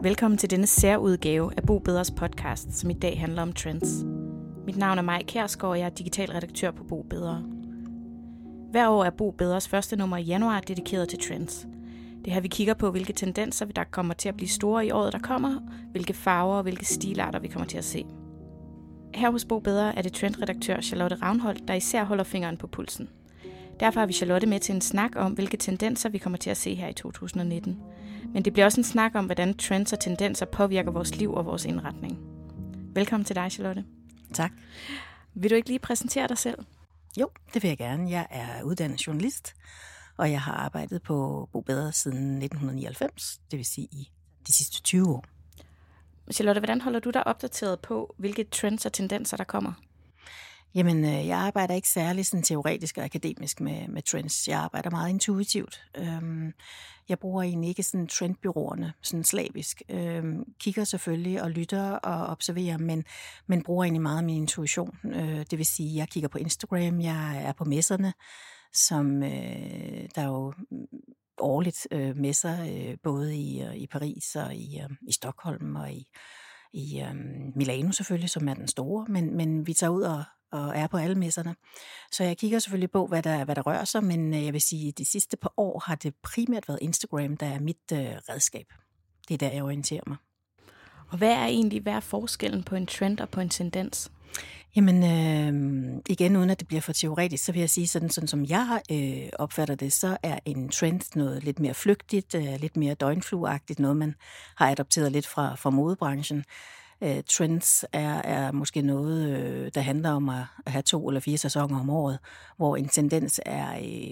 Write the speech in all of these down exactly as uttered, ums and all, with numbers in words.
Velkommen til denne særudgave af Bo Bedres podcast, som i dag handler om trends. Mit navn er Maj Kjærsgaard, og jeg er digital redaktør på Bo Bedre. Hver år er Bo Bedres første nummer i januar dedikeret til trends. Det her vi kigger på, hvilke tendenser der kommer til at blive store i året, der kommer, hvilke farver og hvilke stilarter vi kommer til at se. Her hos Bo Bedre er det trendredaktør Charlotte Ravnholt, der især holder fingeren på pulsen. Derfor har vi Charlotte med til en snak om, hvilke tendenser vi kommer til at se her i to tusind nitten. Men det bliver også en snak om, hvordan trends og tendenser påvirker vores liv og vores indretning. Velkommen til dig, Charlotte. Tak. Vil du ikke lige præsentere dig selv? Jo, det vil jeg gerne. Jeg er uddannet journalist, og jeg har arbejdet på Bo Bedre siden nitten nioghalvfems, det vil sige i de sidste tyve år. Charlotte, hvordan holder du dig opdateret på, hvilke trends og tendenser, der kommer? Jamen, jeg arbejder ikke særlig sådan teoretisk og akademisk med, med trends. Jeg arbejder meget intuitivt. Jeg bruger egentlig ikke sådan trendbyråerne sådan slavisk. Kigger selvfølgelig og lytter og observerer, men, men bruger egentlig meget min intuition. Det vil sige, at jeg kigger på Instagram, jeg er på messerne, som der er jo årligt messer, både i, i Paris og i, i Stockholm og i, i Milano selvfølgelig, som er den store, men, men vi tager ud og og er på alle messerne. Så jeg kigger selvfølgelig på, hvad der, hvad der rører sig, men jeg vil sige, at de sidste par år har det primært været Instagram, der er mit øh, redskab. Det er der, jeg orienterer mig. Og hvad er egentlig, hvad er forskellen på en trend og på en tendens? Jamen, øh, igen, uden at det bliver for teoretisk, så vil jeg sige, sådan, sådan som jeg øh, opfatter det, så er en trend noget lidt mere flygtigt, øh, lidt mere døgnflueagtigt, noget man har adopteret lidt fra, fra modebranchen. Trends er, er måske noget, der handler om at have to eller fire sæsoner om året, hvor en tendens er,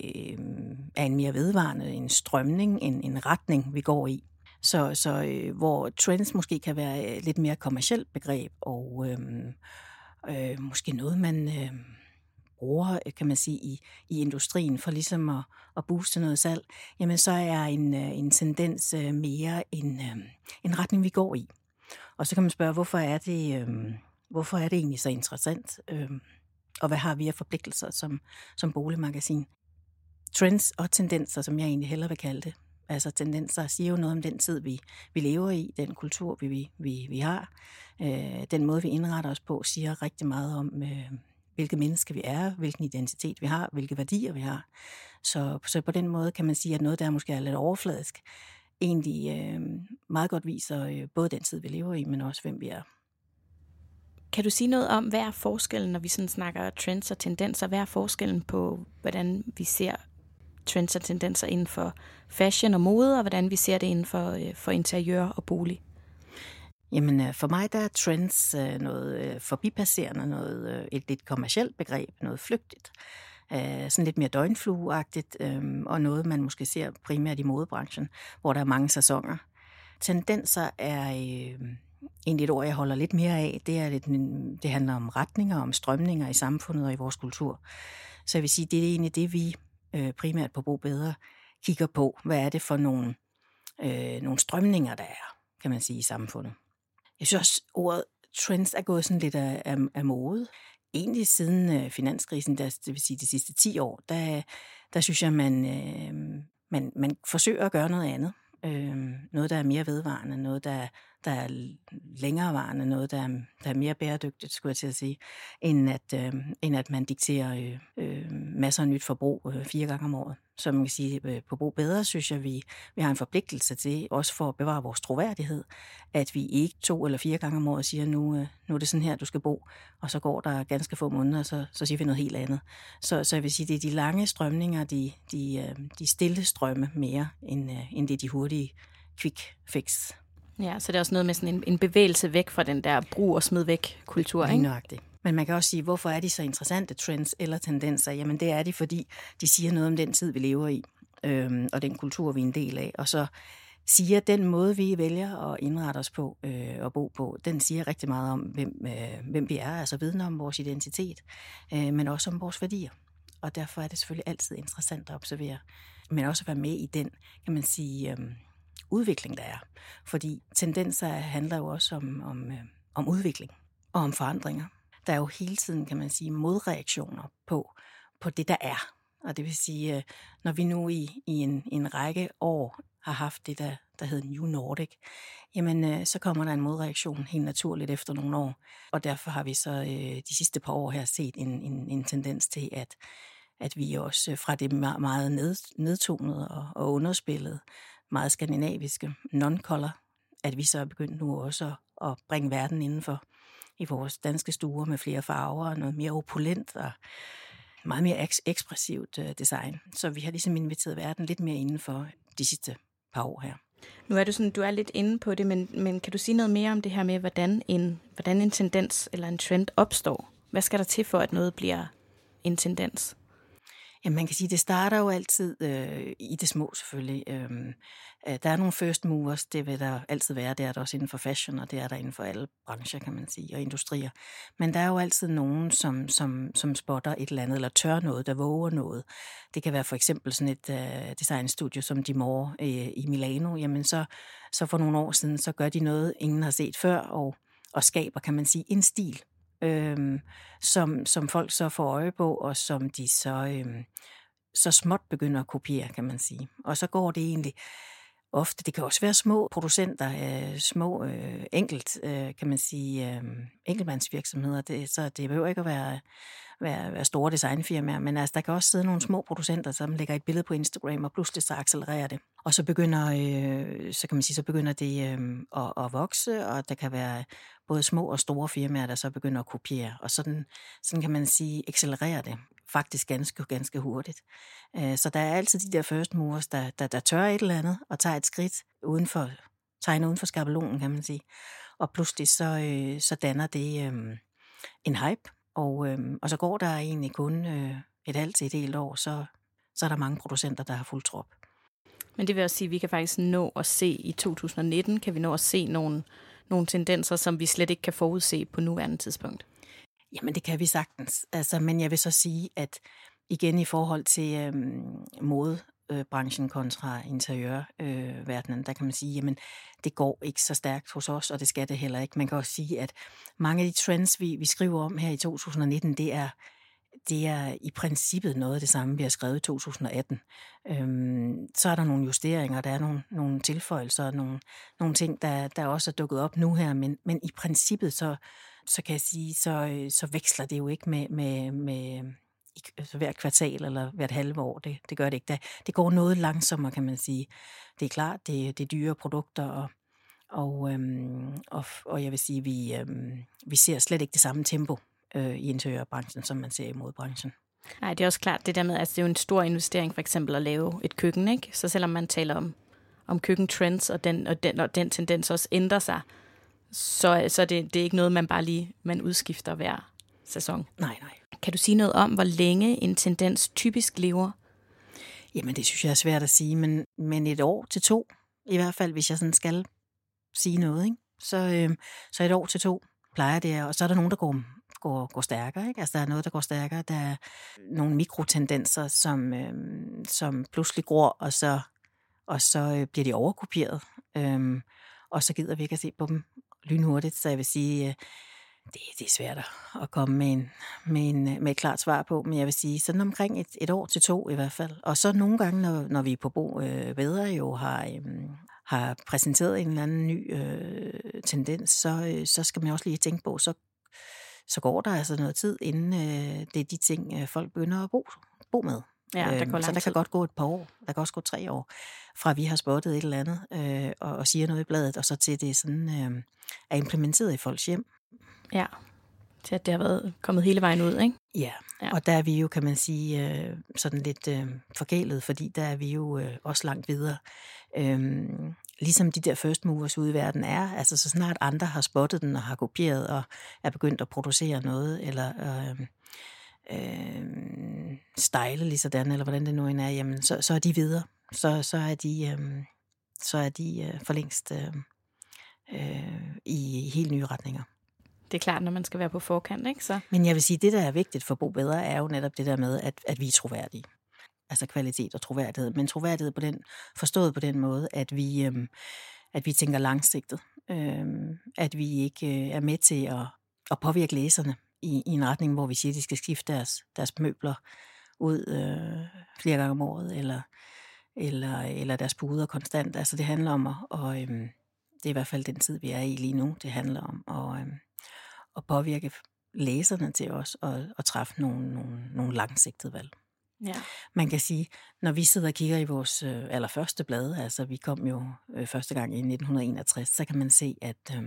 er en mere vedvarende, en strømning, en, en retning, vi går i. Så, så hvor trends måske kan være lidt mere kommercielt begreb, og øhm, øh, måske noget, man øh, bruger, kan man sige, i, i industrien for ligesom at, at booste noget salg, jamen så er en, en tendens mere en, en retning, vi går i. Og så kan man spørge, hvorfor er det, øh, hvorfor er det egentlig så interessant? Øh, og hvad har vi af forpligtelser som, som boligmagasin? Trends og tendenser, som jeg egentlig hellere vil kalde det. Altså tendenser siger jo noget om den tid, vi, vi lever i, den kultur, vi, vi, vi har. Øh, den måde, vi indretter os på, siger rigtig meget om, øh, hvilke mennesker vi er, hvilken identitet vi har, hvilke værdier vi har. Så, så på den måde kan man sige, at noget, der måske er lidt overfladisk, egentlig øh, meget godt viser øh, både den tid, vi lever i, men også hvem vi er. Kan du sige noget om, hvad er forskellen, når vi sådan snakker trends og tendenser? Hvad er forskellen på, hvordan vi ser trends og tendenser inden for fashion og mode, og hvordan vi ser det inden for, øh, for interiør og bolig? Jamen for mig der er trends øh, noget øh, forbipasserende, noget, øh, et lidt kommercielt begreb, noget flygtigt. Sådan lidt mere døgnflueagtigt, øh, og noget, man måske ser primært i modebranchen, hvor der er mange sæsoner. Tendenser er øh, egentlig et ord, jeg holder lidt mere af. Det, er lidt, det handler om retninger, om strømninger i samfundet og i vores kultur. Så jeg vil sige, det er egentlig det, vi øh, primært på Bo Bedre kigger på. Hvad er det for nogle, øh, nogle strømninger, der er, kan man sige, i samfundet. Jeg synes også, ordet trends er gået sådan lidt af, af, af mode. Egentlig siden øh, finanskrisen, der, det vil sige de sidste ti år, der, der synes jeg, man, øh, man, man forsøger at gøre noget andet. Øh, noget, der er mere vedvarende, noget, der, der er længerevarende, noget, der er, der er mere bæredygtigt, skulle jeg til at sige, end at, øh, end at man dikterer øh, øh, masser af nyt forbrug øh, fire gange om året. Så man kan sige, øh, på Bo Bedre, synes jeg, vi, vi har en forpligtelse til, også for at bevare vores troværdighed, at vi ikke to eller fire gange om året siger, nu, øh, nu er det sådan her, du skal bo, og så går der ganske få måneder, så, så siger vi noget helt andet. Så, så jeg vil sige, det er de lange strømninger, de, de, øh, de stille strømme mere, end, øh, end det er de hurtige quick fix. Ja, så det er også noget med sådan en, en bevægelse væk fra den der brug og smid væk kultur, ikke? Nøjagtigt. Men man kan også sige, hvorfor er de så interessante, trends eller tendenser? Jamen det er de, fordi de siger noget om den tid, vi lever i, øhm, og den kultur, vi er en del af. Og så siger den måde, vi vælger at indrette os på øh, og bo på, den siger rigtig meget om, hvem, øh, hvem vi er, altså vidner om vores identitet, øh, men også om vores værdier. Og derfor er det selvfølgelig altid interessant at observere, men også at være med i den, kan man sige, øh, udvikling, der er. Fordi tendenser handler jo også om, om, øh, om udvikling og om forandringer. Der er jo hele tiden, kan man sige, modreaktioner på, på det, der er. Og det vil sige, når vi nu i, i en, en række år har haft det, der, der hedder New Nordic, jamen øh, så kommer der en modreaktion helt naturligt efter nogle år. Og derfor har vi så øh, de sidste par år her set en, en, en tendens til, at, at vi også fra det meget ned, nedtonede og, og underspillede, meget skandinaviske, non-color, at vi så er begyndt nu også at, at bringe verden indenfor i vores danske stuer med flere farver og noget mere opulent og meget mere eks- ekspressivt øh, design. Så vi har ligesom inviteret verden lidt mere indenfor de sidste par år her. Nu er du sådan, du er lidt inde på det, men, men kan du sige noget mere om det her med, hvordan en, hvordan en tendens eller en trend opstår? Hvad skal der til for, at noget bliver en tendens? Jamen, man kan sige, at det starter jo altid øh, i det små selvfølgelig. Øhm, øh, der er nogle first movers, det vil der altid være. Det er der også inden for fashion, og det er der inden for alle brancher, kan man sige, og industrier. Men der er jo altid nogen, som, som, som spotter et eller andet, eller tør noget, der våger noget. Det kan være for eksempel sådan et øh, designstudio som Dimore øh, i Milano. Jamen, så, så for nogle år siden, så gør de noget, ingen har set før, og, og skaber, kan man sige, en stil. Øhm, som, som folk så får øje på, og som de så, øhm, så småt begynder at kopiere, kan man sige. Og så går det egentlig ofte, det kan også være små producenter, øh, små øh, enkelt, øh, kan man sige, øh, enkeltmandsvirksomheder, det, så det behøver ikke at være, være, være store designfirmaer, men altså, der kan også sidde nogle små producenter, som lægger et billede på Instagram, og pludselig så accelererer det. Og så begynder, øh, så kan man sige, så begynder det øh, at, at vokse, og der kan være både små og store firmaer, der så begynder at kopiere. Og sådan, sådan kan man sige, accelererer det faktisk ganske, ganske hurtigt. Så der er altid de der first movers, der, der, der tør et eller andet, og tager et skridt uden for, tegner uden for skabelonen, kan man sige. Og pludselig så, øh, så danner det øh, en hype, og, øh, og så går der egentlig kun øh, et halvt til et helt år, så, så er der mange producenter, der har fuldt trop. Men det vil også sige, at vi kan faktisk nå at se i to tusind nitten, kan vi nå at se nogle, nogle tendenser, som vi slet ikke kan forudse på nuværende tidspunkt. Jamen det kan vi sagtens, altså, men jeg vil så sige, at igen i forhold til øhm, modebranchen kontra interiørverdenen, øh, der kan man sige, jamen det går ikke så stærkt hos os, og det skal det heller ikke. Man kan også sige, at mange af de trends, vi, vi skriver om her i to tusind nitten, det er, det er i princippet noget af det samme, vi har skrevet i to tusind atten. Øhm, så er der nogle justeringer, der er nogle, nogle tilføjelser, nogle, nogle ting, der, der også er dukket op nu her, men, men i princippet så så kan jeg sige, så, så veksler det jo ikke med, med, med altså hver kvartal eller hvert halve år. Det, det gør det ikke. Det går noget langsommere, kan man sige. Det er klart, det, det er dyre produkter, og, og, øhm, og, og jeg vil sige, vi, øhm, vi ser slet ikke det samme tempo øh, i interiørbranchen, som man ser i modebranchen. Nej, det er også klart det der med, at altså, det er jo en stor investering for eksempel at lave et køkken, ikke? Så selvom man taler om, om køkkentrends, og den, og, den, og den tendens også ændrer sig, så, så det, det er ikke noget, man bare lige man udskifter hver sæson. Nej, nej. Kan du sige noget om, hvor længe en tendens typisk lever? Jamen, det synes jeg er svært at sige, men, men et år til to, i hvert fald, hvis jeg sådan skal sige noget, ikke? Så, øh, så et år til to plejer det, og så er der nogen, der går, går, går stærkere, ikke? Altså, der er noget, der går stærkere. Der er nogle mikrotendenser, som, øh, som pludselig gror, og så, og så øh, bliver de overkopieret, øh, og så gider vi ikke at se på dem lynhurtigt, så jeg vil sige, øh, det, det er svært at komme med, en, med, en, med et klart svar på, men jeg vil sige, sådan omkring et, et år til to i hvert fald. Og så nogle gange, når, når vi på Bo øh, Bedre jo har, øh, har præsenteret en eller anden ny øh, tendens, så, øh, så skal man også lige tænke på, så, så går der altså noget tid, inden øh, det er de ting, øh, folk begynder at bo, bo med. Ja, der går så der kan godt gå et par år, der kan også gå tre år, fra vi har spottet et eller andet øh, og, og siger noget i bladet, og så til det sådan øh, er implementeret i folks hjem. Ja, til at det har været kommet hele vejen ud, ikke? Ja, ja. Og der er vi jo, kan man sige, øh, sådan lidt øh, forgælet, fordi der er vi jo øh, også langt videre. Øh, ligesom de der first movers ude i verden er, altså så snart andre har spottet den og har kopieret og er begyndt at producere noget, eller øh, øh, style lige sådan, eller hvordan det nu end er, jamen så, så er de videre. Så, så er de, øh, så er de øh, for længst øh, øh, i helt nye retninger. Det er klart, når man skal være på forkant, ikke? Så. Men jeg vil sige, det der er vigtigt for Bo Bedre, er jo netop det der med, at, at vi er troværdige. Altså kvalitet og troværdighed. Men troværdighed på den, forstået på den måde, at vi, øhm, at vi tænker langsigtet. Øhm, at vi ikke øh, er med til at, at påvirke læserne i, i en retning, hvor vi siger, at de skal skifte deres, deres møbler ud øh, flere gange om året, eller eller, eller deres puder konstant. Altså det handler om, at, og øhm, det er i hvert fald den tid, vi er i lige nu, det handler om at, øhm, at påvirke læserne til os og, og træffe nogle, nogle, nogle langsigtede valg. Ja. Man kan sige, når vi sidder og kigger i vores øh, allerførste blad, altså vi kom jo øh, første gang i nitten enogtres, så kan man se, at øh,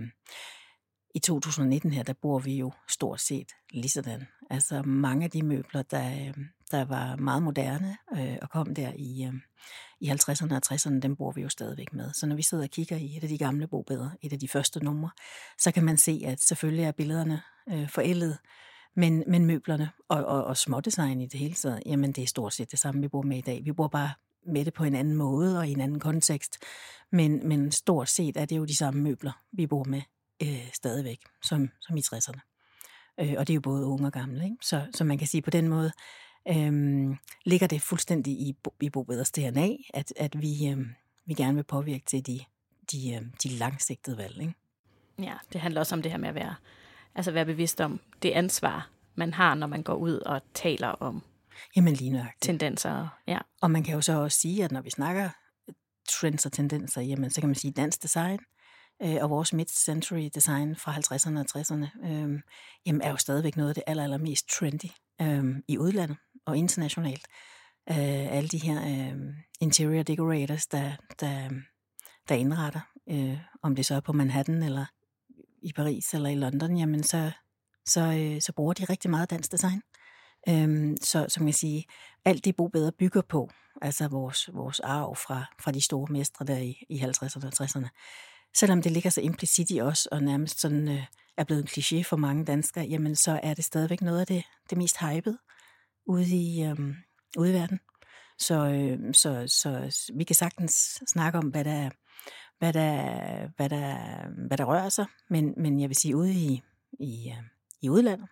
i to tusind nitten her, der bor vi jo stort set lige sådan. Altså mange af de møbler, der, øh, der var meget moderne øh, og kom der i, øh, i halvtredserne og tresserne, dem bor vi jo stadigvæk med. Så når vi sidder og kigger i et af de gamle bogbeder, et af de første numre, så kan man se, at selvfølgelig er billederne øh, forældet, Men, men møblerne og, og, og smådesign i det hele taget, jamen det er stort set det samme, vi bor med i dag. Vi bor bare med det på en anden måde og i en anden kontekst. Men, men stort set er det jo de samme møbler, vi bor med øh, stadigvæk, som, som i tresserne. Øh, og det er jo både unge og gamle, ikke? Så, så man kan sige på den måde, øh, ligger det fuldstændig i, i Bobeders D N A, at, at vi, øh, vi gerne vil påvirke til de, de, øh, de langsigtede valg, ikke? Ja, det handler også om det her med at være Altså være bevidst om det ansvar, man har, når man går ud og taler om Jamen lige nøjagtigt. tendenser. Ja. Og man kan jo så også sige, at når vi snakker trends og tendenser, jamen så kan man sige dansk design øh, og vores mid-century design fra halvtredserne og tresserne, øh, jamen er jo stadigvæk noget af det aller, aller mest trendy øh, i udlandet og internationalt. Øh, alle de her øh, interior decorators, der, der, der indretter, øh, om det så er på Manhattan eller i Paris eller i London, jamen så, så, øh, så bruger de rigtig meget dansk design. Øhm, så som jeg siger, alt det Bobeder bygger på, altså vores, vores arv fra, fra de store mestre der i, i halvtredserne og tresserne, selvom det ligger så implicit i os og nærmest sådan øh, er blevet en kliché for mange danskere, jamen så er det stadigvæk noget af det, det mest hypede ude i, øhm, ude i verden. Så, øh, så, så vi kan sagtens snakke om, hvad der er Hvad der, hvad, der, hvad der rører sig, men, men jeg vil sige ude i, i, i udlandet,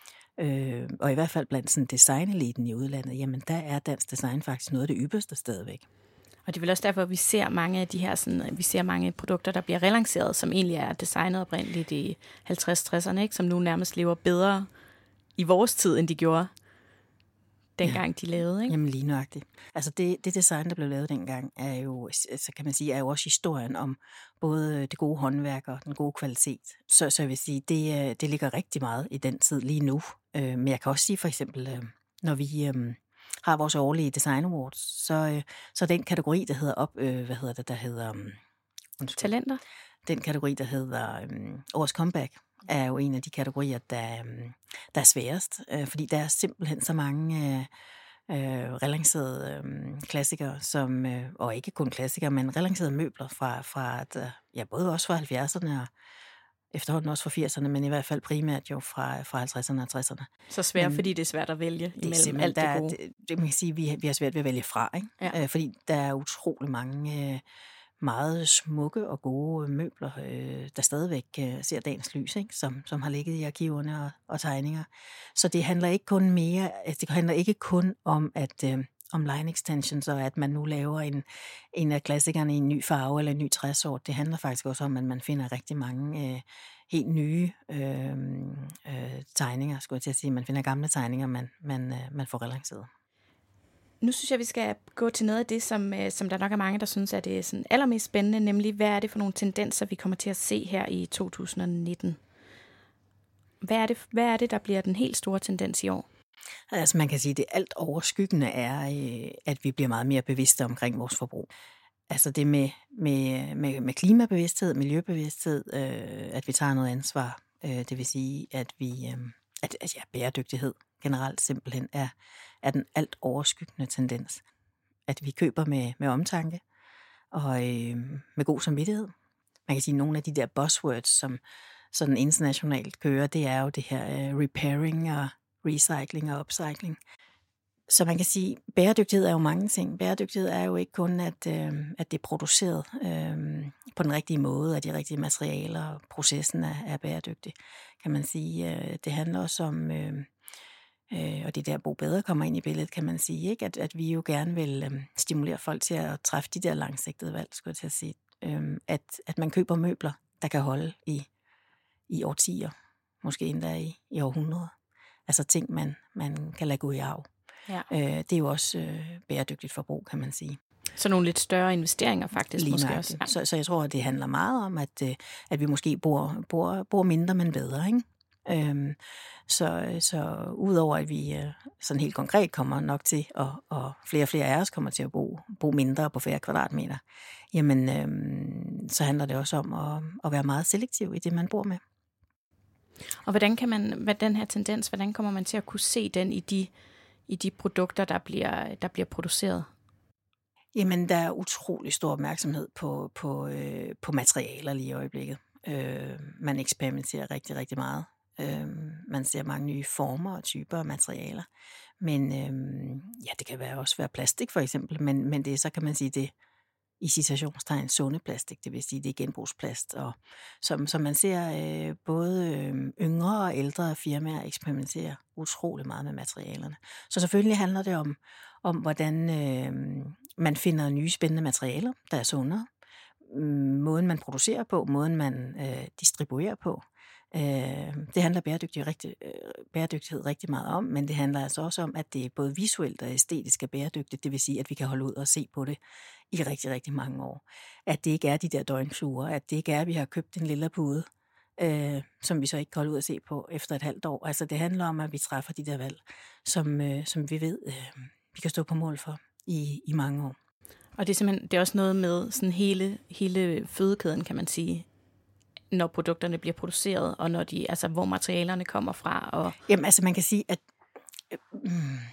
øh, og i hvert fald blandt sådan designeliten i udlandet, jamen der er dansk design faktisk noget af det ypperste stadigvæk. Og det er vel også derfor, at vi ser mange af de her, sådan, vi ser mange produkter, der bliver relanceret, som egentlig er designet oprindeligt i halvtreds-tresserne, ikke? Som nu nærmest lever bedre i vores tid, end de gjorde dengang ja. de lavede, ikke? Jamen lige nøjagtigt. Altså det, det design, der blev lavet dengang, er jo, så kan man sige, er jo også historien om både det gode håndværk og den gode kvalitet. Så, så jeg vil sige, det, det ligger rigtig meget i den tid lige nu. Men jeg kan også sige for eksempel, når vi øh, har vores årlige Design Awards, så, øh, så den kategori, der hedder op, øh, hvad hedder det, der hedder... Øh, Talenter? Den kategori, der hedder øh, Årets Comeback, er jo en af de kategorier, der, der er sværest, øh, fordi der er simpelthen så mange øh, øh, relancerede øh, klassikere, som, øh, og ikke kun klassikere, men relancerede møbler fra, fra at, ja, både også fra halvfjerdserne og efterhånden også fra firserne, men i hvert fald primært jo fra, fra halvtredserne og tresserne. Så svært, men, fordi det er svært at vælge imellem alt det der, gode. Det, det man kan sige, vi, vi har svært ved at vælge fra, ikke? Ja. Øh, fordi der er utrolig mange... Øh, meget smukke og gode møbler, øh, der stadigvæk øh, ser dagens lys, ikke? Som, som har ligget i arkiverne og, og tegninger. Så det handler ikke kun mere, altså det handler ikke kun om at øh, om line extensions og at man nu laver en, en af klassikerne i en ny farve eller en ny træsort. Det handler faktisk også om, at man finder rigtig mange øh, helt nye øh, øh, tegninger, skulle jeg til at sige. Man finder gamle tegninger, man, man, øh, man får relanceret. Nu synes jeg, vi skal gå til noget af det, som, som der nok er mange, der synes, at det er sådan allermest spændende, nemlig hvad er det for nogle tendenser, vi kommer til at se her i to tusind nitten? Hvad er det, hvad er det der bliver den helt store tendens i år? Altså man kan sige, at det alt overskyggende er, at vi bliver meget mere bevidste omkring vores forbrug. Altså det med, med, med, med klimabevidsthed, miljøbevidsthed, øh, at vi tager noget ansvar. Øh, det vil sige, at vi, øh, at, at ja, bæredygtighed generelt simpelthen er, er den alt overskyggende tendens. At vi køber med, med omtanke og øh, med god samvittighed. Man kan sige, at nogle af de der buzzwords, som sådan internationalt kører, det er jo det her øh, repairing og recycling og upcycling. Så man kan sige, at bæredygtighed er jo mange ting. Bæredygtighed er jo ikke kun, at, øh, at det er produceret øh, på den rigtige måde, af de rigtige materialer, og processen er, er bæredygtig, kan man sige. Øh, det handler også om, øh, øh, og det der Bo Bedre kommer ind i billedet, kan man sige, ikke? At, at vi jo gerne vil øh, stimulere folk til at træffe de der langsigtede valg, skulle jeg til at sige. Øh, at, at man køber møbler, der kan holde i, i årtier, måske endda i, i århundreder. Altså ting, man, man kan lade gå i arv. Ja. Øh, det er jo også øh, bæredygtigt forbrug, kan man sige. Så nogle lidt større investeringer faktisk Lige måske også. Ja. Så, så jeg tror, at det handler meget om, at, at vi måske bor, bor, bor mindre, men bedre, ikke? Øhm, så, så udover at vi sådan helt konkret kommer nok til, og, og flere og flere af os kommer til at bo, bo mindre på færre kvadratmeter, jamen øhm, så handler det også om at, at være meget selektiv i det, man bor med. Og hvordan kan man, hvad den her tendens, hvordan kommer man til at kunne se den i de, i de produkter, der bliver, der bliver produceret? Jamen, der er utrolig stor opmærksomhed på, på, øh, på materialer lige i øjeblikket. Øh, man eksperimenterer rigtig, rigtig meget. Øh, man ser mange nye former og typer af materialer. Men øh, ja, det kan være også være plastik for eksempel, men, men det så kan man sige det i citationstegn sunde plastik, det vil sige det er genbrugsplast. Og som, som man ser øh, både øh, yngre og ældre firmaer eksperimenterer utrolig meget med materialerne. Så selvfølgelig handler det om, om hvordan øh, man finder nye spændende materialer, der er sundere. Måden man producerer på, måden man øh, distribuerer på. Øh, det handler bæredygtighed rigtig, øh, bæredygtighed rigtig meget om, men det handler altså også om, at det er både visuelt og æstetisk er bæredygtigt, det vil sige, at vi kan holde ud og se på det i rigtig, rigtig mange år. At det ikke er de der døgnfluer, at det ikke er, at vi har købt en lille pude, øh, som vi så ikke kan holde ud og se på efter et halvt år. Altså det handler om, at vi træffer de der valg, som, øh, som vi ved, øh, vi kan stå på mål for i, i mange år. Og det er simpelthen det er også noget med sådan hele, hele fødekæden, kan man sige, når produkterne bliver produceret, og når de, altså, hvor materialerne kommer fra. Og Jamen, altså man kan sige, at øh,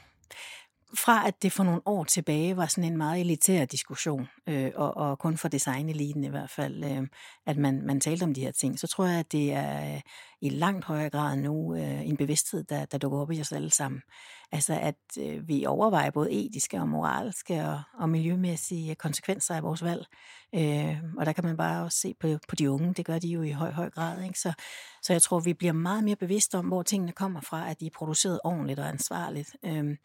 fra at det for nogle år tilbage var sådan en meget elitær diskussion, øh, og, og kun for designeliten i hvert fald, øh, at man, man talte om de her ting, så tror jeg, at det er øh, i langt højere grad nu øh, en bevidsthed, der, der dukker op i os alle sammen. Altså at øh, vi overvejer både etiske og moralske og, og miljømæssige konsekvenser af vores valg. Øh, og der kan man bare også se på, på de unge, det gør de jo i høj, høj grad. Ikke? Så, så jeg tror, vi bliver meget mere bevidste om, hvor tingene kommer fra, at de er produceret ordentligt og ansvarligt. Øh,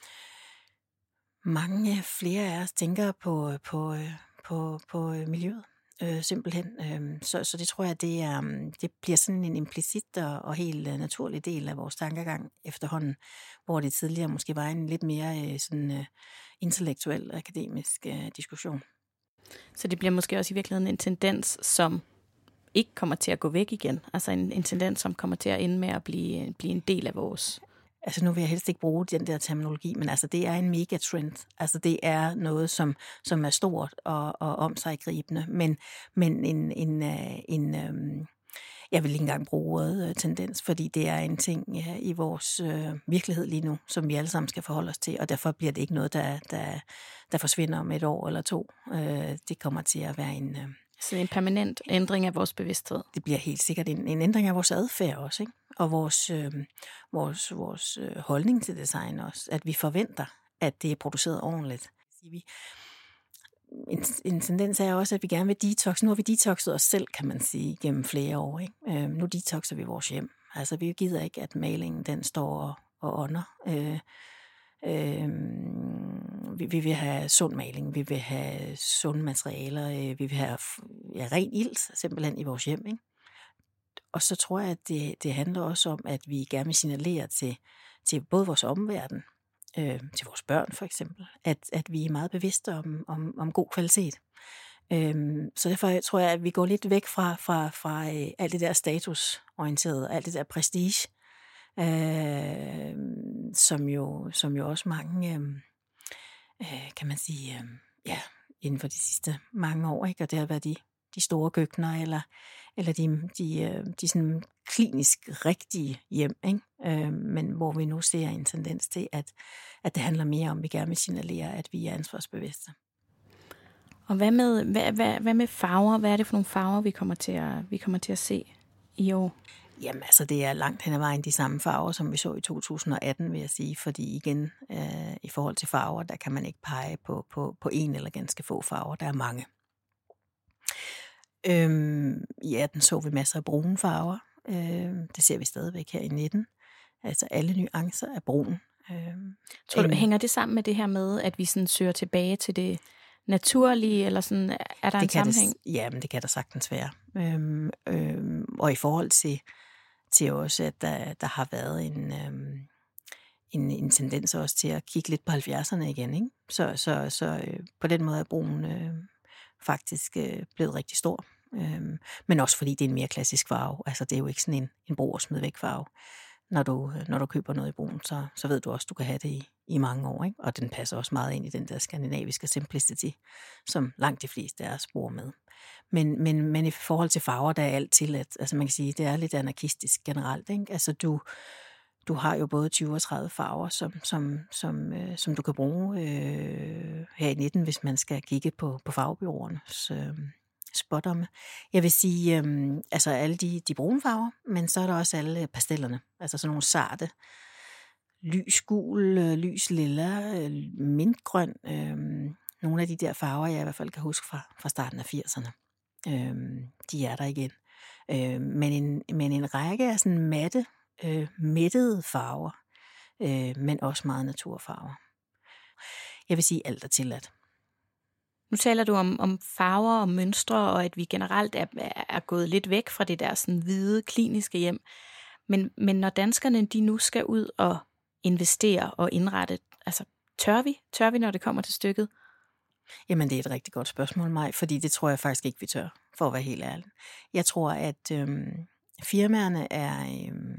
Mange flere af os tænker på, på, på, på miljøet, øh, simpelthen. Øh, så, så det tror jeg, det, er, det bliver sådan en implicit og, og helt naturlig del af vores tankegang efterhånden, hvor det tidligere måske var en lidt mere sådan, uh, intellektuel, akademisk uh, diskussion. Så det bliver måske også i virkeligheden en tendens, som ikke kommer til at gå væk igen. Altså en, en tendens, som kommer til at ende med at blive, blive en del af vores... Altså nu vil jeg helst ikke bruge den der terminologi, men altså det er en megatrend. Altså det er noget, som, som er stort og, og omsiggribende, men, men en, en, en, en, jeg vil ikke engang bruge ordet tendens, fordi det er en ting ja, i vores øh, virkelighed lige nu, som vi alle sammen skal forholde os til, og derfor bliver det ikke noget, der, der, der forsvinder om et år eller to. Øh, det kommer til at være en... Øh, Så en permanent ændring af vores bevidsthed. Det bliver helt sikkert en, en ændring af vores adfærd også, ikke? Og vores, øh, vores, vores holdning til design også. At vi forventer, at det er produceret ordentligt. En, en tendens er også, at vi gerne vil detox. Nu har vi detoxet os selv, kan man sige, gennem flere år. Ikke? Øh, nu detoxer vi vores hjem. Altså, vi gider ikke, at malingen den står og, og ånder. Øh, øh, vi, vi vil have sund maling, vi vil have sunde materialer, øh, vi vil have ja, ren ilt simpelthen i vores hjem, ikke? Og så tror jeg, at det, det handler også om, at vi gerne vil signalere til, til både vores omverden, øh, til vores børn for eksempel, at, at vi er meget bevidste om, om, om god kvalitet. Øh, så derfor tror jeg, at vi går lidt væk fra, fra, fra øh, alt det der statusorienterede, alt det der prestige, øh, som, jo, som jo også mange, øh, kan man sige, øh, ja, inden for de sidste mange år, ikke? Og det har været de, de store køkkener, eller eller de, de, de sådan klinisk rigtige hjem, ikke? Øh, men hvor vi nu ser en tendens til, at, at det handler mere om, at vi gerne vil signalere, at vi er ansvarsbevidste. Og hvad med, hvad, hvad, hvad med farver? Hvad er det for nogle farver, vi kommer til at, vi kommer til at se i år? Jamen altså, det er langt hen ad vejen de samme farver, som vi så i to tusind og atten, vil jeg sige, fordi igen, øh, i forhold til farver, der kan man ikke pege på, på, på en eller ganske få farver, der er mange. Øhm, I atten så vi masser af brune farver. Øhm, det ser vi stadigvæk her i nitten. Altså alle nuancer af brun. Øhm, Tror du, hænger det sammen med det her med, at vi sådan søger tilbage til det naturlige, eller sådan, er der det en sammenhæng? Det, ja, men det kan der sagtens være. Øhm, øhm, og i forhold til, til også, at der, der har været en, øhm, en, en tendens også til at kigge lidt på halvfjerdserne igen, ikke? Så, så, så øh, på den måde er brugen øh, faktisk øh, blevet rigtig stor. Øh, men også fordi det er en mere klassisk farve. Altså det er jo ikke sådan en, en brug og smid væk farve. Når du, når du køber noget i brun, så, så ved du også, du kan have det i, i mange år, ikke? Og den passer også meget ind i den der skandinaviske simplicity, som langt de fleste af os bruger med. Men, men, men i forhold til farver, der er alt tilladt. Altså man kan sige, det er lidt anarkistisk generelt, ikke? Altså du, du har jo både tyve og tredive farver, som, som, som, øh, som du kan bruge øh, her i nitten, hvis man skal kigge på, på farvebyråernes øh, spådomme. Jeg vil sige, øh, altså alle de, de brune farver, men så er der også alle pastellerne, altså sådan nogle sarte, lys gul, lys lilla, mintgrøn, øh, nogle af de der farver, jeg i hvert fald kan huske fra, fra starten af firserne. Øh, de er der igen. Øh, men, en, men en række af sådan matte, øh, mættede farver, øh, men også meget naturfarver. Jeg vil sige, alt er tilladt. Nu taler du om, om farver og mønstre, og at vi generelt er, er gået lidt væk fra det der sådan hvide, kliniske hjem. Men, men når danskerne de nu skal ud og investere og indrette, altså tør vi? Tør vi, når det kommer til stykket? Jamen, det er et rigtig godt spørgsmål, Maj, fordi det tror jeg faktisk ikke, vi tør, for at være helt ærlig. Jeg tror, at øhm, firmaerne er, øhm,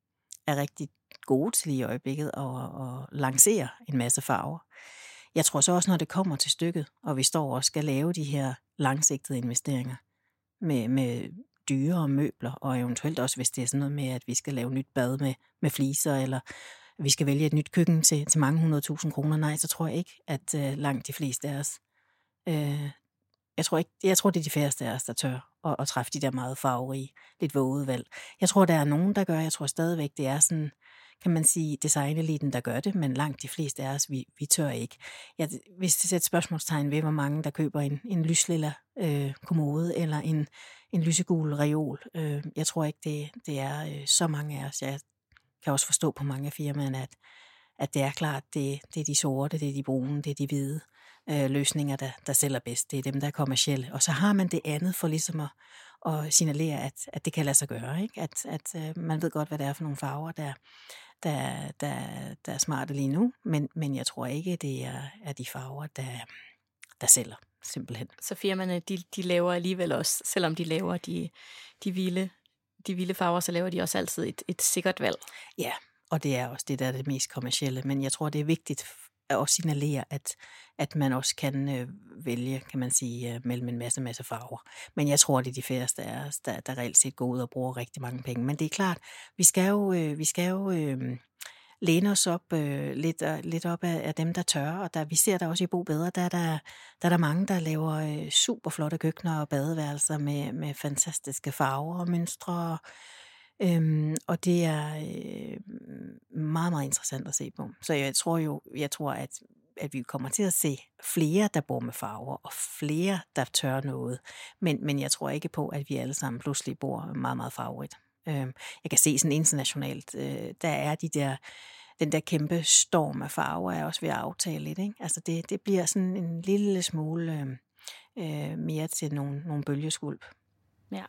er rigtig gode til i øjeblikket at, at lancere en masse farver. Jeg tror så også, når det kommer til stykket, og vi står og skal lave de her langsigtede investeringer med, med dyre møbler, og eventuelt også, hvis det er sådan noget med, at vi skal lave nyt bad med, med fliser, eller vi skal vælge et nyt køkken til, til mange hundrede tusind kroner, nej, så tror jeg ikke, at øh, langt de fleste af os, øh, jeg, tror ikke, jeg tror, det er de færreste af os, der tør at, at træffe de der meget farverige, lidt vågede valg. Jeg tror, der er nogen, der gør, jeg tror stadigvæk, det er sådan, kan man sige, designeliten, der gør det, men langt de fleste af os, vi, vi tør ikke. Jeg, hvis det sætter spørgsmålstegn ved, hvor mange, der køber en, en lyslilla øh, kommode, eller en, en lysegul reol, øh, jeg tror ikke, det, det er øh, så mange af os. Jeg kan også forstå på mange af firmaerne, at, at det er klart, det, det er de sorte, det er de brune, det er de hvide øh, løsninger, der, der sælger bedst. Det er dem, der er kommercielle. Og så har man det andet for ligesom at, at signalere, at, at det kan lade sig gøre. Ikke? At, at øh, man ved godt, hvad det er for nogle farver, der, der, der, der er smarte lige nu. Men, men jeg tror ikke, det er, er de farver, der, der sælger, simpelthen. Så firmaerne, de, de laver alligevel også, selvom de laver de, de vilde de vilde farver, så laver de også altid et, et sikkert valg. Ja, og det er også det, der er det mest kommercielle. Men jeg tror, det er vigtigt at signalere, at, at man også kan øh, vælge, kan man sige, øh, mellem en masse, masse farver. Men jeg tror, det er de færreste af os, der, der reelt set går ud og bruger rigtig mange penge. Men det er klart, vi skal jo, øh, vi skal jo øh, læne os op, øh, lidt, uh, lidt op af, af dem, der tør. Og der, vi ser der også i Bo Bedre, der er der, der, er der mange, der laver øh, super flotte køkkener og badeværelser med, med fantastiske farver og mønstre. Øhm, og det er øh, meget, meget interessant at se på. Så jeg tror jo, jeg tror, at, at vi kommer til at se flere, der bor med farver, og flere, der tør noget. Men, men jeg tror ikke på, at vi alle sammen pludselig bor meget, meget farverigt. Øhm, jeg kan se sådan internationalt, øh, der er de der, den der kæmpe storm af farver, er også ved at aftale lidt. Ikke? Altså det, det bliver sådan en lille smule øh, øh, mere til nogle, nogle bølgeskvulp. Ja.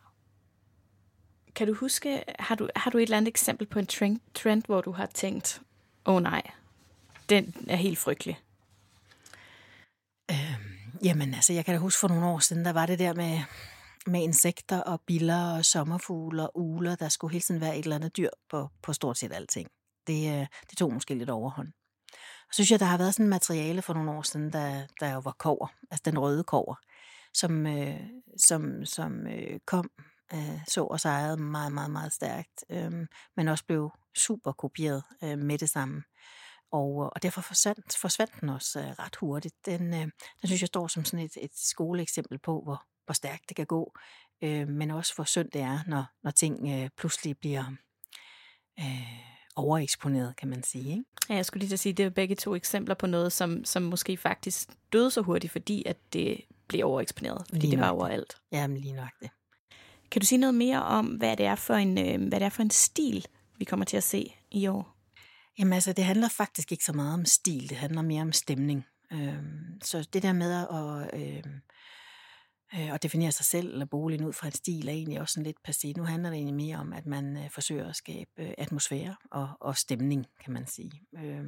Kan du huske, har du, har du et eller andet eksempel på en trend, trend hvor du har tænkt, åh oh, nej, den er helt frygtelig? Øhm, jamen altså, jeg kan da huske for nogle år siden, der var det der med, med insekter og biller og sommerfugle og ugler, der skulle hele tiden være et eller andet dyr på, på stort set alting. Det, det tog måske lidt overhånd. Og så synes jeg, der har været sådan et materiale for nogle år siden, der, der jo var kobber, altså den røde kobber, som, øh, som, som øh, kom, øh, så og sejrede meget, meget, meget stærkt, øh, men også blev super kopieret øh, med det samme. Og, og derfor forsvandt, forsvandt den også øh, ret hurtigt. Den, øh, den synes jeg står som sådan et, et skoleeksempel på, hvor, hvor stærkt det kan gå, øh, men også hvor synd det er, når, når ting øh, pludselig bliver øh, overeksponeret, kan man sige. Ikke? Ja, jeg skulle lige til at sige, det er begge to eksempler på noget, som, som måske faktisk døde så hurtigt, fordi at det blev overeksponeret, fordi lige det var overalt. Jamen lige nok det. Kan du sige noget mere om, hvad det er for en, øh, hvad det er for en stil, vi kommer til at se i år? Jamen altså, det handler faktisk ikke så meget om stil, det handler mere om stemning. Øhm, så det der med at øh, øh, og definere sig selv eller boligen ud fra en stil er egentlig også sådan lidt passé. Nu handler det egentlig mere om, at man øh, forsøger at skabe øh, atmosfære og, og stemning, kan man sige. Øh,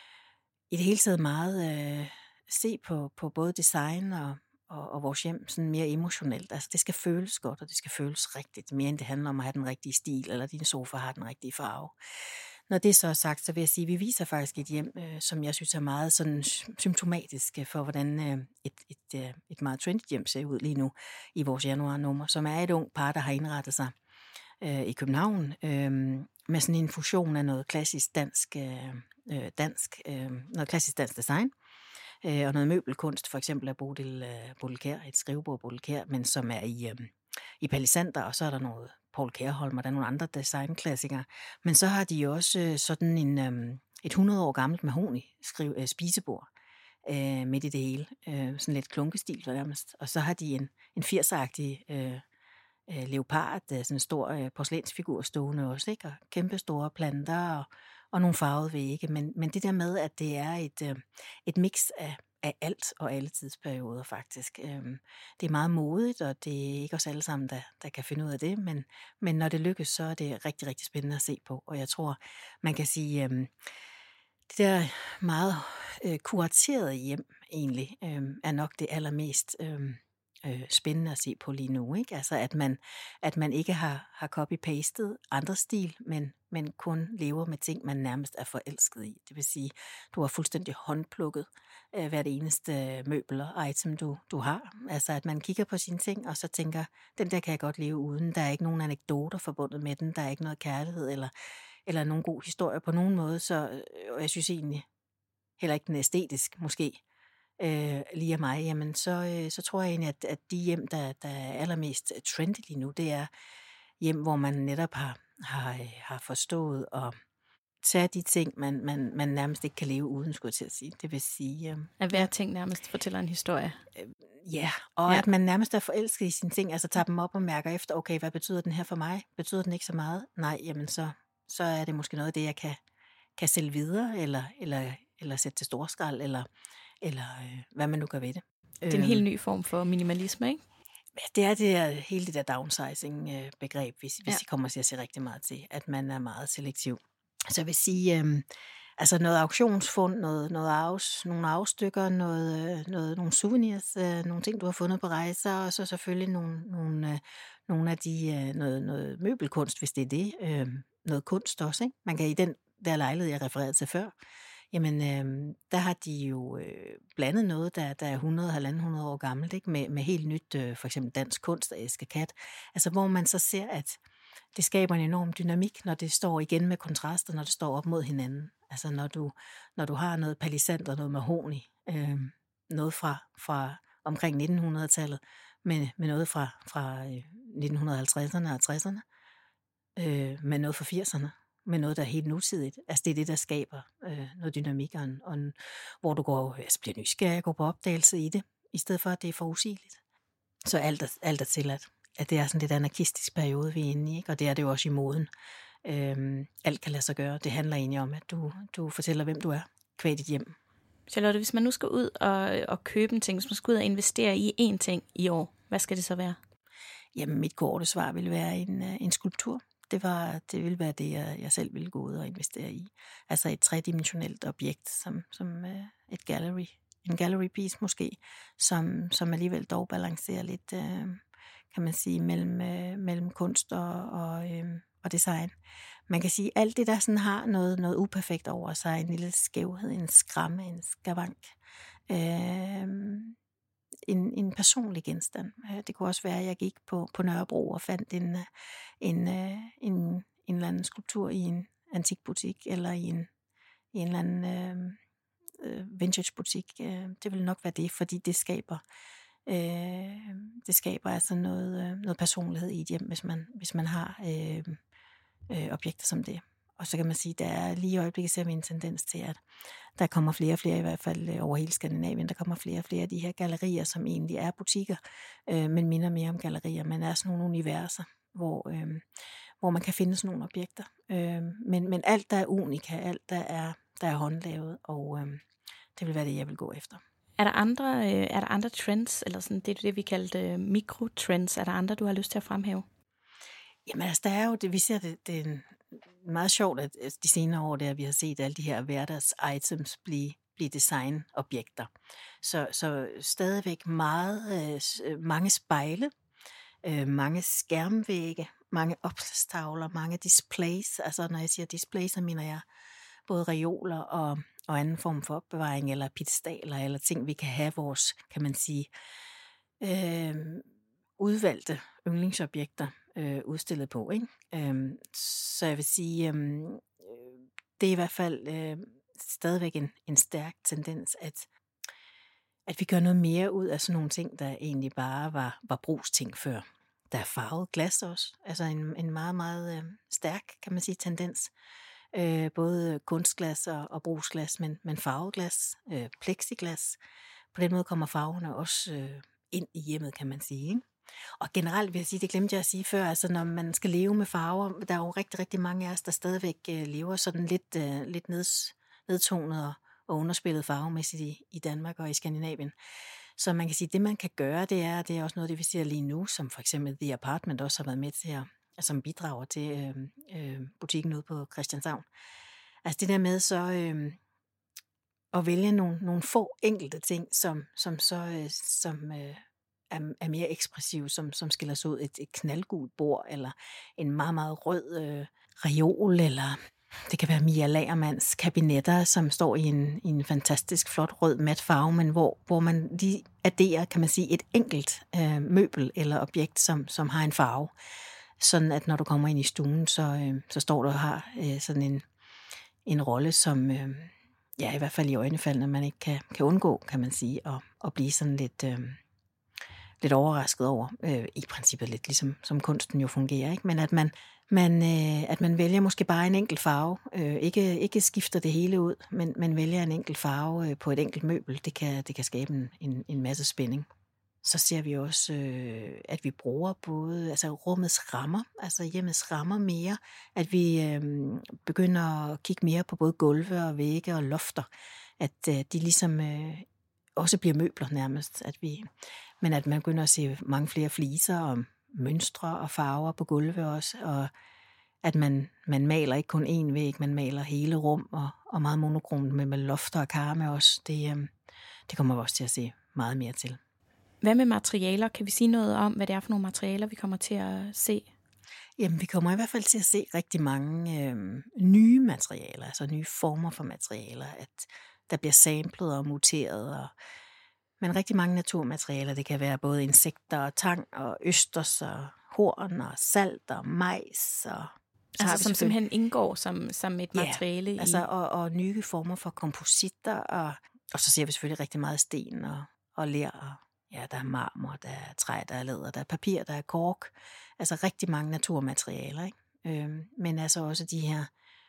I det hele taget meget øh, se på, på både design og, og, og vores hjem sådan mere emotionelt. Altså det skal føles godt, og det skal føles rigtigt. Mere end det handler om at have den rigtige stil, eller din sofa har den rigtige farve. Når det så er sagt, så vil jeg sige, at vi viser faktisk et hjem, øh, som jeg synes er meget sådan symptomatisk for, hvordan øh, et, et, øh, et meget trendy hjem ser ud lige nu i vores januarnummer, som er et ung par, der har indrettet sig øh, i København øh, med sådan en fusion af noget klassisk dansk, øh, dansk øh, noget klassisk dansk design øh, og noget møbelkunst, for eksempel af Bodil, øh, Bodil Kjær, et skrivebord Bodil Kjær, men som er i, øh, i palisander, og så er der noget Paul Kjærholm, og der er nogle andre designklassikere. Men så har de jo også øh, sådan en, øh, et hundrede år gammelt mahogni skriv, øh, spisebord øh, midt i det hele. Øh, sådan lidt klunkestil nærmest. Og så har de en, en firsagtig øh, øh, leopard, sådan en stor øh, porcelænsfigur stående også, ikke? Og kæmpe store planter og, og nogle farvede vægge. Men, men det der med, at det er et, øh, et mix af af alt og alle tidsperioder faktisk. Det er meget modigt, og det er ikke os alle sammen, der, der kan finde ud af det, men, men når det lykkes, så er det rigtig, rigtig spændende at se på, og jeg tror, man kan sige, det der meget kuraterede hjem egentlig, er nok det allermest øh, spændende at se på lige nu, ikke? Altså at man, at man ikke har, har copy-pastet andre stil, men, men kun lever med ting, man nærmest er forelsket i. Det vil sige, du har fuldstændig håndplukket øh, hvert eneste møbel og item, du, du har. Altså at man kigger på sine ting, og så tænker, den der kan jeg godt leve uden. Der er ikke nogen anekdoter forbundet med den, der er ikke noget kærlighed, eller, eller nogen god historie på nogen måde, så og jeg synes egentlig heller ikke den er æstetisk, måske, øh, lige af mig, jamen så, øh, så tror jeg egentlig, at, at de hjem, der, der er allermest trendy lige nu, det er hjem, hvor man netop har, har, har forstået at tage de ting, man, man, man nærmest ikke kan leve uden, skulle jeg til at sige. Det vil sige... Øh, at hver ting nærmest fortæller en historie. Øh, ja, og ja. At man nærmest er forelsket i sine ting, altså tager dem op og mærker efter, okay, hvad betyder den her for mig? Betyder den ikke så meget? Nej, jamen så, så er det måske noget af det, jeg kan, kan sælge videre, eller, eller, eller sætte til storskrald, eller eller øh, hvad man nu gør ved det. Det er en helt ny form for minimalisme, ikke? Ja, det er det der, hele det der downsizing-begreb, hvis, hvis ja. I kommer til at se rigtig meget til, at man er meget selektiv. Så jeg vil sige, øh, altså noget auktionsfund, noget, noget arves, nogle arvestykker, noget, noget, nogle souvenirs, øh, nogle ting, du har fundet på rejser, og så selvfølgelig nogle, nogle, øh, nogle af de, øh, noget, noget møbelkunst, hvis det er det, øh, noget kunst også, ikke? Man kan i den der lejlighed, jeg refererede til før, jamen, øh, der har de jo øh, blandet noget, der, der er hundrede, halvanden hundrede år gammelt, ikke? Med, med helt nyt, øh, for eksempel dansk kunst af Eske Kat. Altså, hvor man så ser, at det skaber en enorm dynamik, når det står igen med kontraster, når det står op mod hinanden. Altså, når du, når du har noget palisander, noget mahogni, øh, noget fra, fra omkring nitten hundrede-tallet, med, med noget fra, fra øh, nitten halvtredserne og tresserne, øh, med noget fra firserne. Med noget, der er helt nutidigt. Altså det er det, der skaber øh, noget dynamik, og, og hvor du går, altså bliver nysgerrig og går på opdagelse i det, i stedet for, at det er for usigeligt. Så alt er, alt er tilladt. At det er sådan lidt anarkistisk periode, vi er inde i, ikke? Og det er det jo også i moden. Øhm, alt kan lade sig gøre. Det handler egentlig om, at du, du fortæller, hvem du er, kvæg dit hjem. Charlotte, hvis man nu skal ud og, og købe en ting, hvis man skal ud og investere i én ting i år, hvad skal det så være? Jamen, mit korte svar vil være en, en skulptur. Det, var, det ville være det, jeg, jeg selv ville gå ud og investere i. Altså et tredimensionelt objekt, som, som uh, et gallery, en gallery piece måske, som, som alligevel dog balancerer lidt, uh, kan man sige, mellem, uh, mellem kunst og, og, uh, og design. Man kan sige, at alt det, der sådan har noget, noget uperfekt over sig, en lille skævhed, en skramme, en skavank, uh, En, en personlig genstand. Det kunne også være, at jeg gik på, på Nørrebro og fandt en, en, en, en, en eller anden skulptur i en antikbutik, eller i en, i en eller anden øh, vintagebutik. Det vil nok være det, fordi det skaber, øh, det skaber altså noget, noget personlighed i et hjem, hvis man, hvis man har øh, øh, objekter som det. Og så kan man sige, at der er lige i øjeblikket ser vi en tendens til, at der kommer flere og flere, i hvert fald over hele Skandinavien, der kommer flere og flere af de her gallerier, som egentlig er butikker, øh, men minder mere om gallerier. Man er sådan nogle universer, hvor, øh, hvor man kan finde sådan nogle objekter. Øh, men, men alt, der er unika, alt, der er, der er håndlavet, og øh, det vil være det, jeg vil gå efter. Er der andre, øh, er der andre trends, eller sådan det, det vi kaldte øh, mikrotrends, er der andre, du har lyst til at fremhæve? Jamen altså, der er jo det, vi ser det, det er meget sjovt, at de senere år, der vi har set alle de her hverdags-items blive, blive designobjekter. Så, så stadigvæk meget, øh, mange spejle, øh, mange skærmvægge, mange opslagstavler, mange displays. Altså når jeg siger displays, så mener jeg både reoler og, og anden form for opbevaring, eller piedestaler, eller ting, vi kan have vores, kan man sige, øh, udvalgte yndlingsobjekter øh, udstillet på. Ikke? Øh, så jeg vil sige, øh, det er i hvert fald øh, stadigvæk en, en stærk tendens, at, at vi gør noget mere ud af sådan nogle ting, der egentlig bare var, var brugsting før. Der er farvet glas også, altså en, en meget, meget øh, stærk, kan man sige, tendens. Øh, både kunstglas og, og brugsglas, men, men farveglas, øh, plexiglas. På den måde kommer farverne også øh, ind i hjemmet, kan man sige. Ikke? Og generelt vil jeg sige, det glemte jeg at sige før, altså når man skal leve med farver, der er jo rigtig, rigtig mange af os, der stadigvæk øh, lever sådan lidt, øh, lidt neds, nedtonet og, og underspillet farvemæssigt i, i Danmark og i Skandinavien. Så man kan sige, det man kan gøre, det er, det er også noget, det vi ser lige nu, som for eksempel The Apartment også har været med til at, som bidrager til øh, øh, butikken ude på Christianshavn. Altså det der med så øh, at vælge nogle, nogle få enkelte ting, som, som så øh, som, øh, er, er mere ekspressive, som, som skiller sig ud. Et, et knaldgult bord, eller en meget, meget rød øh, reol, eller det kan være Mia Lagermans kabinetter, som står i en, i en fantastisk flot rød mat farve, men hvor, hvor man lige adderer, kan man sige, et enkelt øh, møbel eller objekt, som, som har en farve. Sådan at når du kommer ind i stuen, så, øh, så står du og har øh, sådan en, en rolle, som øh, ja, i hvert fald i øjnefaldene, man ikke kan, kan undgå, kan man sige, at, at blive sådan lidt, øh, lidt overrasket over. Øh, I princippet lidt ligesom som kunsten jo fungerer, ikke? Men at man, man, øh, at man vælger måske bare en enkelt farve, øh, ikke, ikke skifter det hele ud, men, men vælger en enkelt farve øh, på et enkelt møbel, det kan, det kan skabe en, en, en masse spænding. Så ser vi også, øh, at vi bruger både altså rummets rammer, altså hjemmets rammer mere, at vi øh, begynder at kigge mere på både gulve og vægge og lofter, at øh, de ligesom øh, også bliver møbler nærmest, at vi, men at man begynder at se mange flere fliser og mønstre og farver på gulve også, og at man, man maler ikke kun én væg, man maler hele rum og, og meget monokromt med, med lofter og karme også. Det, øh, det kommer vi også til at se meget mere til. Hvad med materialer? Kan vi sige noget om, hvad det er for nogle materialer, vi kommer til at se? Jamen, vi kommer i hvert fald til at se rigtig mange øh, nye materialer, altså nye former for materialer, at der bliver samlet og muteret. Og, men rigtig mange naturmaterialer, det kan være både insekter og tang og østers og horn og salt og majs. Og, altså som simpelthen indgår som, som et materiale? Ja, altså, og, og nye former for kompositter, og, og så ser vi selvfølgelig rigtig meget sten og, og ler og ja, der er marmor, der er træ, der er læder, der er papir, der er kork. Altså rigtig mange naturmaterialer, ikke? Øhm, men altså også de her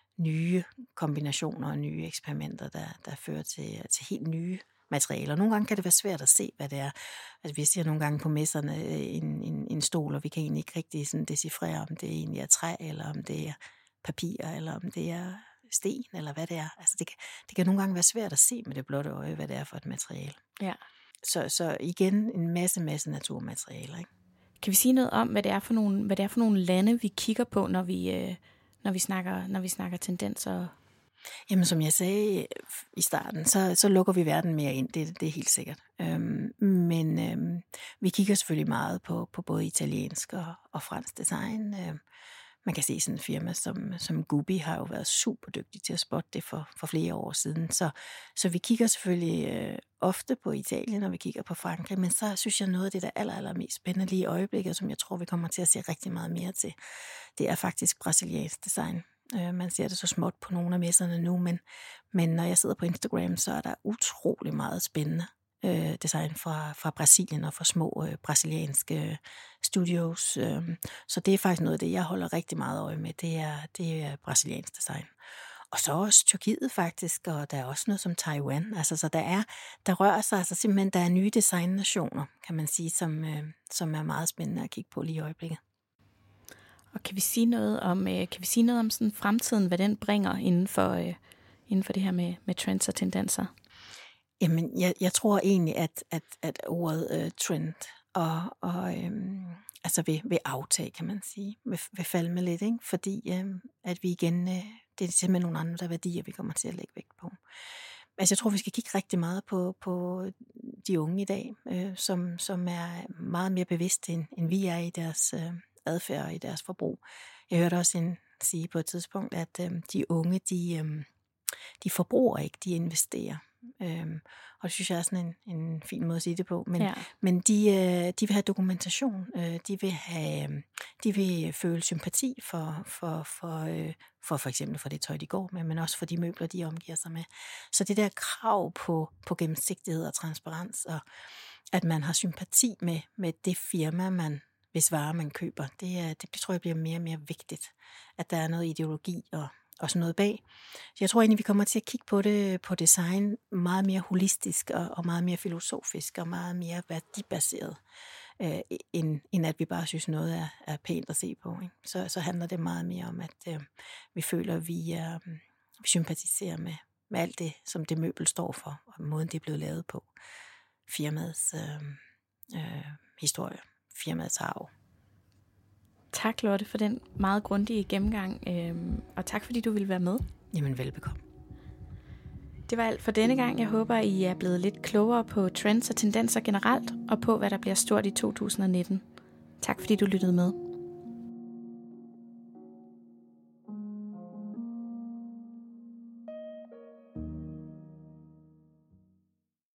nye kombinationer og nye eksperimenter, der, der fører til, til helt nye materialer. Nogle gange kan det være svært at se, hvad det er. Altså vi ser nogle gange på messerne en, en, en stol, og vi kan egentlig ikke rigtig sådan decifrere, om det egentlig er træ, eller om det er papir, eller om det er sten, eller hvad det er. Altså det kan, det kan nogle gange være svært at se med det blotte øje, hvad det er for et materiale. Ja. Så, så igen en masse, masse naturmaterialer. Ikke? Kan vi sige noget om, hvad det er for nogle, hvad det er for nogle lande, vi kigger på, når vi, øh, når vi, snakker, når vi snakker tendenser? Jamen, som jeg sagde i starten, så, så lukker vi verden mere ind. Det, det er helt sikkert. Øhm, men øhm, vi kigger selvfølgelig meget på, på både italiensk og, og fransk design. Øhm, man kan se sådan en firma som, som Gubi har jo været super dygtig til at spotte det for, for flere år siden. Så, så vi kigger selvfølgelig øh, ofte på Italien, når vi kigger på Frankrig, men så synes jeg noget af det, der er aller, aller mest spændende lige i øjeblikket, som jeg tror, vi kommer til at se rigtig meget mere til, det er faktisk brasiliansk design. Øh, man ser det så småt på nogle af messerne nu, men, men når jeg sidder på Instagram, så er der utrolig meget spændende øh, design fra, fra Brasilien og fra små øh, brasilianske studios. Øh, så det er faktisk noget af det, jeg holder rigtig meget øje med. Det er, det er brasiliansk design. Og så også Tyrkiet faktisk, og der er også noget som Taiwan. Altså, så der er, der rører sig altså simpelthen, der er nye designnationer, kan man sige, som, øh, som er meget spændende at kigge på lige i øjeblikket. Og kan vi sige noget om, øh, kan vi sige noget om sådan fremtiden, hvad den bringer inden for, øh, inden for det her med, med trends og tendenser? Jamen, jeg, jeg tror egentlig, at, at, at ordet øh, trend og, og øhm, altså vil, vil aftage, kan man sige, vil, vil falde med lidt, ikke? Fordi øhm, at vi igen, øh, det er simpelthen nogle andre værdier, vi kommer til at lægge vægt på. Altså, jeg tror, vi skal kigge rigtig meget på, på de unge i dag, øh, som, som er meget mere bevidste, end, end vi er i deres øh, adfærd og i deres forbrug. Jeg hørte også en sige på et tidspunkt, at øh, de unge, de, øh, de forbruger ikke, de investerer. Øhm, og det synes jeg er sådan en, en fin måde at sige det på. Men, ja. men de, øh, de vil have dokumentation. Øh, de vil have, de vil føle sympati for for for, øh, for for eksempel for det tøj, de går med, men også for de møbler, de omgiver sig med. Så det der krav på, på gennemsigtighed og transparens, og at man har sympati med, med det firma, man, hvis varer man køber, det, er, det, det tror jeg bliver mere og mere vigtigt. At der er noget ideologi og og sådan noget bag. Så jeg tror egentlig, vi kommer til at kigge på det på design meget mere holistisk og, og meget mere filosofisk og meget mere værdibaseret, øh, end, end at vi bare synes noget er, er pænt at se på. Ikke? Så, så handler det meget mere om, at øh, vi føler, at vi, øh, vi sympatiserer med, med alt det, som det møbel står for, og måden det er blevet lavet på. Firmaets øh, øh, historie, firmaets arv. Tak, Lotte, for den meget grundige gennemgang, øhm, og tak, fordi du ville være med. Jamen, velbekomme. Det var alt for denne gang. Jeg håber, I er blevet lidt klogere på trends og tendenser generelt, og på, hvad der bliver stort i to tusind nitten. Tak, fordi du lyttede med.